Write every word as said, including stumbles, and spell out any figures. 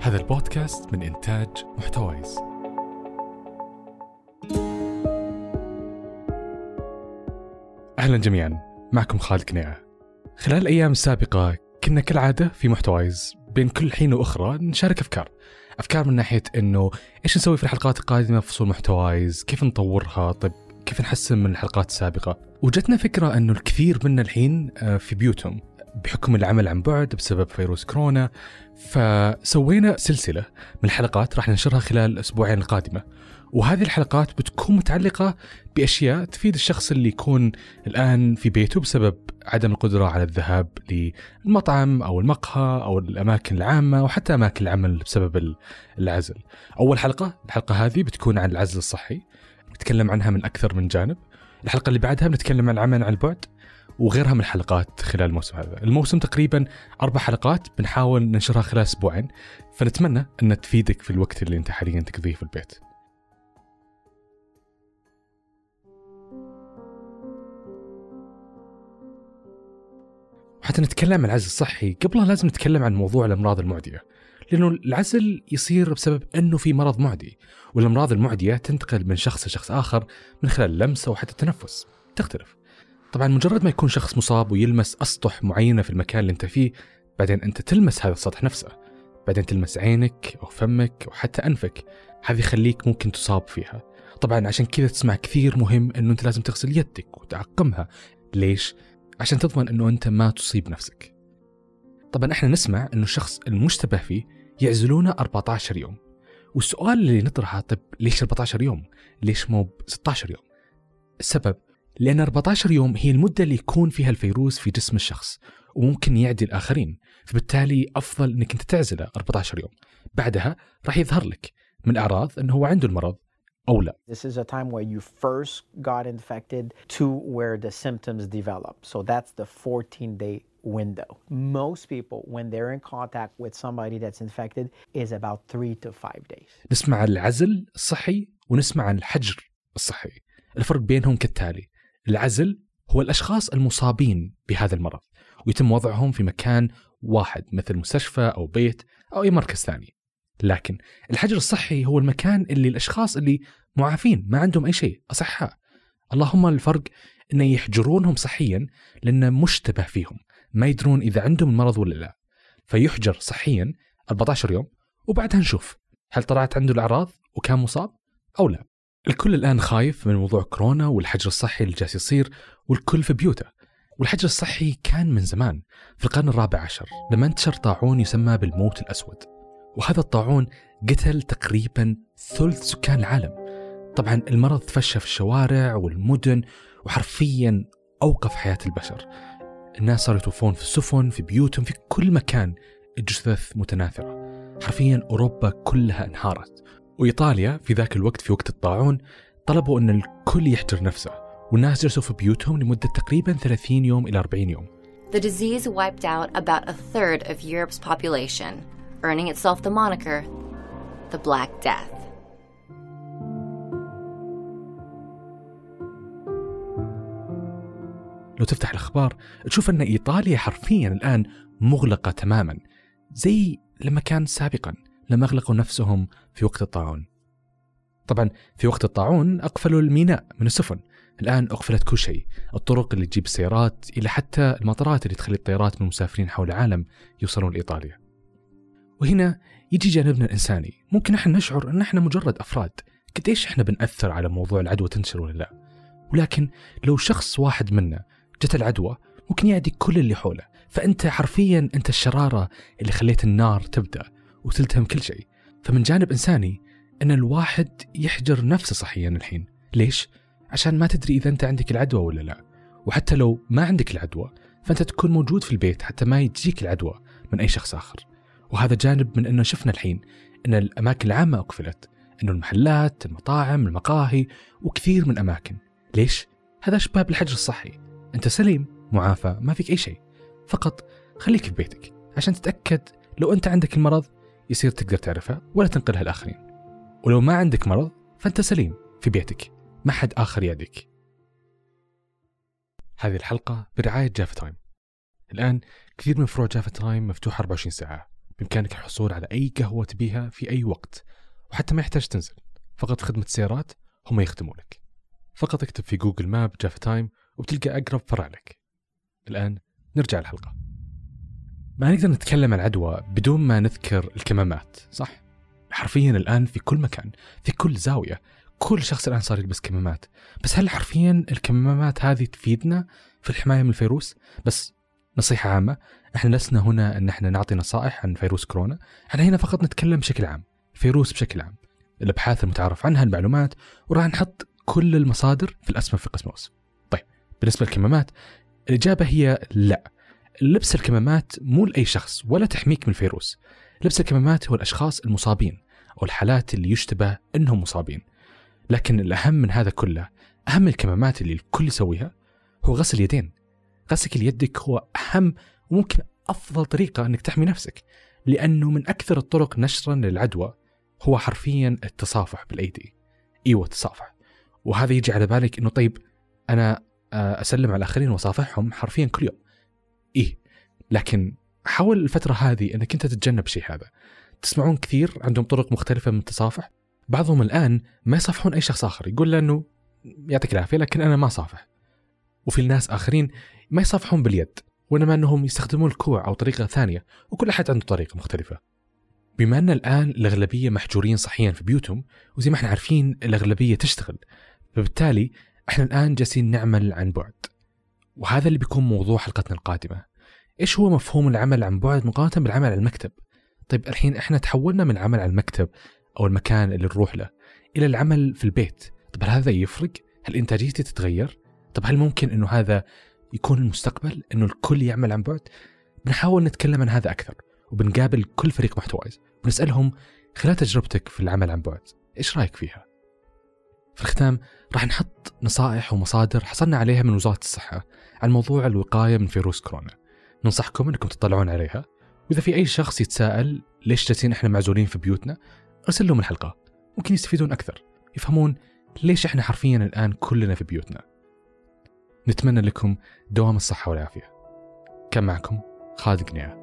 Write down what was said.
هذا البودكاست من إنتاج محتويس. أهلا جميعا، معكم خالد كنيعة. خلال الأيام السابقة كنا كالعادة في محتويس بين كل حين وأخرى نشارك أفكار أفكار من ناحية إنه إيش نسوي في الحلقات القادمة في فصول محتويس، كيف نطورها، طيب كيف نحسن من الحلقات السابقة. وجدنا فكرة إنه الكثير منا الحين في بيوتهم بحكم العمل عن بعد بسبب فيروس كورونا، فسوينا سلسلة من الحلقات راح ننشرها خلال الأسبوعين القادمة. وهذه الحلقات بتكون متعلقة بأشياء تفيد الشخص اللي يكون الآن في بيته بسبب عدم القدرة على الذهاب للمطعم أو المقهى أو الأماكن العامة وحتى أماكن العمل بسبب العزل. أول حلقة الحلقة هذه بتكون عن العزل الصحي، نتكلم عنها من أكثر من جانب. الحلقة اللي بعدها بنتكلم عن العمل عن البعد وغيرها من الحلقات خلال الموسم هذا. الموسم تقريبا أربع حلقات بنحاول ننشرها خلال أسبوعين، فنتمنى أن تفيدك في الوقت اللي أنت حاليا تقضيه في البيت. وحتى نتكلم عن العزل الصحي قبلها لازم نتكلم عن موضوع الأمراض المعدية، لأنه العزل يصير بسبب أنه في مرض معدي، والأمراض المعدية تنتقل من شخص لشخص آخر من خلال اللمس أو حتى التنفس، تختلف. طبعا مجرد ما يكون شخص مصاب ويلمس أسطح معينة في المكان اللي أنت فيه، بعدين أنت تلمس هذا السطح نفسه، بعدين تلمس عينك أو فمك أو حتى أنفك، هذه يخليك ممكن تصاب فيها. طبعا عشان كذا تسمع كثير مهم أنه أنت لازم تغسل يدك وتعقمها. ليش؟ عشان تضمن أنه أنت ما تصيب نفسك. طبعا إحنا نسمع أنه الشخص المشتبه فيه يعزلونه أربعة عشر يوم، والسؤال اللي نطرحه طيب ليش أربعة عشر يوم؟ ليش مو ستة عشر يوم؟ السبب لأن أربعة عشر يوم هي المدة اللي يكون فيها الفيروس في جسم الشخص وممكن يعدي الآخرين، فبالتالي أفضل أنك أنت تعزله أربعة عشر يوم. بعدها راح يظهر لك من أعراض أنه هو عنده المرض أو لا. This is a time where you first got infected to where the symptoms develop. So that's the fourteen day window. Most people when they're in contact with somebody that's infected is about three to five days. نسمع عن العزل الصحي ونسمع عن الحجر الصحي. الفرق بينهم كالتالي: العزل هو الأشخاص المصابين بهذا المرض ويتم وضعهم في مكان واحد مثل مستشفى أو بيت أو أي مركز ثاني. لكن الحجر الصحي هو المكان اللي الأشخاص اللي معافين ما عندهم أي شيء، أصحاء، اللهم الفرق أنه يحجرونهم صحيا لأنه مشتبه فيهم، ما يدرون إذا عندهم المرض ولا لا، فيحجر صحيا أربعة عشر يوم وبعدها نشوف هل طلعت عنده الأعراض وكان مصاب أو لا. الكل الآن خايف من موضوع كورونا والحجر الصحي اللي جالس يصير، والكل في بيوته. والحجر الصحي كان من زمان في القرن الرابع عشر لما انتشر طاعون يسمى بالموت الأسود، وهذا الطاعون قتل تقريبا ثلث سكان العالم. طبعا المرض تفشى في الشوارع والمدن وحرفيا أوقف حياة البشر. الناس صاروا يطوفون في السفن، في بيوتهم، في كل مكان الجثث متناثرة. حرفيا أوروبا كلها انهارت. وإيطاليا في ذاك الوقت في وقت الطاعون طلبوا أن الكل يحجر نفسه، والناس جلسوا في بيوتهم لمدة تقريبا ثلاثين يوم إلى أربعين يوم. The disease wiped out about a third of Europe's population, earning itself the moniker the Black Death. لو تفتح الأخبار تشوف أن إيطاليا حرفيا الآن مغلقة تماما، زي لما كان سابقا لما أغلقوا نفسهم في وقت الطاعون. طبعا في وقت الطاعون أقفلوا الميناء من السفن، الآن أقفلت كل شيء، الطرق اللي تجيب السيارات إلى حتى المطارات اللي تخلي الطيارات من المسافرين حول العالم يوصلون لإيطاليا. وهنا يجي جانبنا الإنساني، ممكن احنا نشعر أن احنا مجرد أفراد، قديش احنا بنأثر على موضوع العدوى تنشر ولا لا. ولكن لو شخص واحد منا جت العدوى ممكن يعدي كل اللي حوله، فأنت حرفيا أنت الشرارة اللي خليت النار تبدأ وتلتهم كل شيء. فمن جانب إنساني أن الواحد يحجر نفسه صحيا الحين. ليش؟ عشان ما تدري إذا أنت عندك العدوى ولا لا، وحتى لو ما عندك العدوى فأنت تكون موجود في البيت حتى ما يجيك العدوى من أي شخص آخر. وهذا جانب من أنه شفنا الحين أن الأماكن العامة أقفلت، أنه المحلات، المطاعم، المقاهي وكثير من أماكن. ليش؟ هذا شبه بالحجر الصحي، أنت سليم معافى ما فيك أي شيء، فقط خليك في بيتك عشان تتأكد لو أنت عندك المرض يصير تقدر تعرفها ولا تنقلها الآخرين، ولو ما عندك مرض فأنت سليم في بيتك ما حد آخر يدك. هذه الحلقة برعاية جافا تايم. الآن كثير من فروع جافا تايم مفتوحة أربعة وعشرين ساعة، بإمكانك الحصول على أي قهوة تبيها في أي وقت، وحتى ما يحتاج تنزل، فقط في خدمة السيارات هم يخدموا لك. فقط اكتب في جوجل ماب جافا تايم وبتلقى أقرب فرع لك. الآن نرجع الحلقة. ما نقدر نتكلم عن العدوى بدون ما نذكر الكمامات، صح؟ حرفيا الآن في كل مكان، في كل زاوية، كل شخص الآن صار يلبس كمامات. بس هل حرفيا الكمامات هذه تفيدنا في الحماية من الفيروس؟ بس نصيحة عامة، احنا لسنا هنا ان احنا نعطي نصائح عن فيروس كورونا، احنا هنا فقط نتكلم بشكل عام، فيروس بشكل عام، الابحاث المتعارف عنها، المعلومات، وراح نحط كل المصادر في الأسفل في قسم الوصف. طيب بالنسبة للكمامات، الإجابة هي لا. لبس الكمامات مو لأي شخص ولا تحميك من الفيروس. لبس الكمامات هو الأشخاص المصابين أو الحالات اللي يشتبه أنهم مصابين. لكن الأهم من هذا كله، أهم الكمامات اللي الكل يسويها هو غسل اليدين. غسلك ليدك هو أهم وممكن أفضل طريقة أنك تحمي نفسك، لأنه من أكثر الطرق نشرا للعدوى هو حرفيا التصافح بالأيدي. إيوه التصافح. وهذا يجي على بالك أنه طيب أنا أسلم على الآخرين وصافحهم حرفيا كل يوم. إيه، لكن حاول الفترة هذه أنك أنت تتجنب شيء هذا. تسمعون كثير عندهم طرق مختلفة من التصافح. بعضهم الآن ما يصافحون أي شخص آخر، يقول له أنه يعطيك العافية لكن أنا ما صافح. وفي الناس آخرين ما يصافحون باليد، وإنما أنهم يستخدمون الكوع أو طريقة ثانية، وكل أحد عنده طريقة مختلفة. بما أن الآن الأغلبية محجورين صحيا في بيوتهم، وزي ما احنا عارفين الأغلبية تشتغل، فبالتالي احنا الآن جالسين نعمل عن بعد. وهذا اللي بيكون موضوع حلقتنا القادمة. إيش هو مفهوم العمل عن بعد مقارنة بالعمل على المكتب؟ طيب الحين احنا تحولنا من العمل على المكتب أو المكان اللي نروح له إلى العمل في البيت. طب هل هذا يفرق؟ هل إنتاجيتي تتغير؟ طب هل ممكن إنه هذا يكون المستقبل، إنه الكل يعمل عن بعد؟ بنحاول نتكلم عن هذا أكثر، وبنقابل كل فريق محتوايز ونسألهم خلال تجربتك في العمل عن بعد إيش رأيك فيها؟ في الختام راح نحط نصائح ومصادر حصلنا عليها من وزارة الصحة عن موضوع الوقاية من فيروس كورونا، ننصحكم أنكم تطلعون عليها. وإذا في أي شخص يتساءل ليش جالسين إحنا معزولين في بيوتنا، أرسل لهم الحلقة، ممكن يستفيدون أكثر، يفهمون ليش إحنا حرفيا الآن كلنا في بيوتنا. نتمنى لكم دوام الصحة والعافية. كان معكم خالد قنيعة.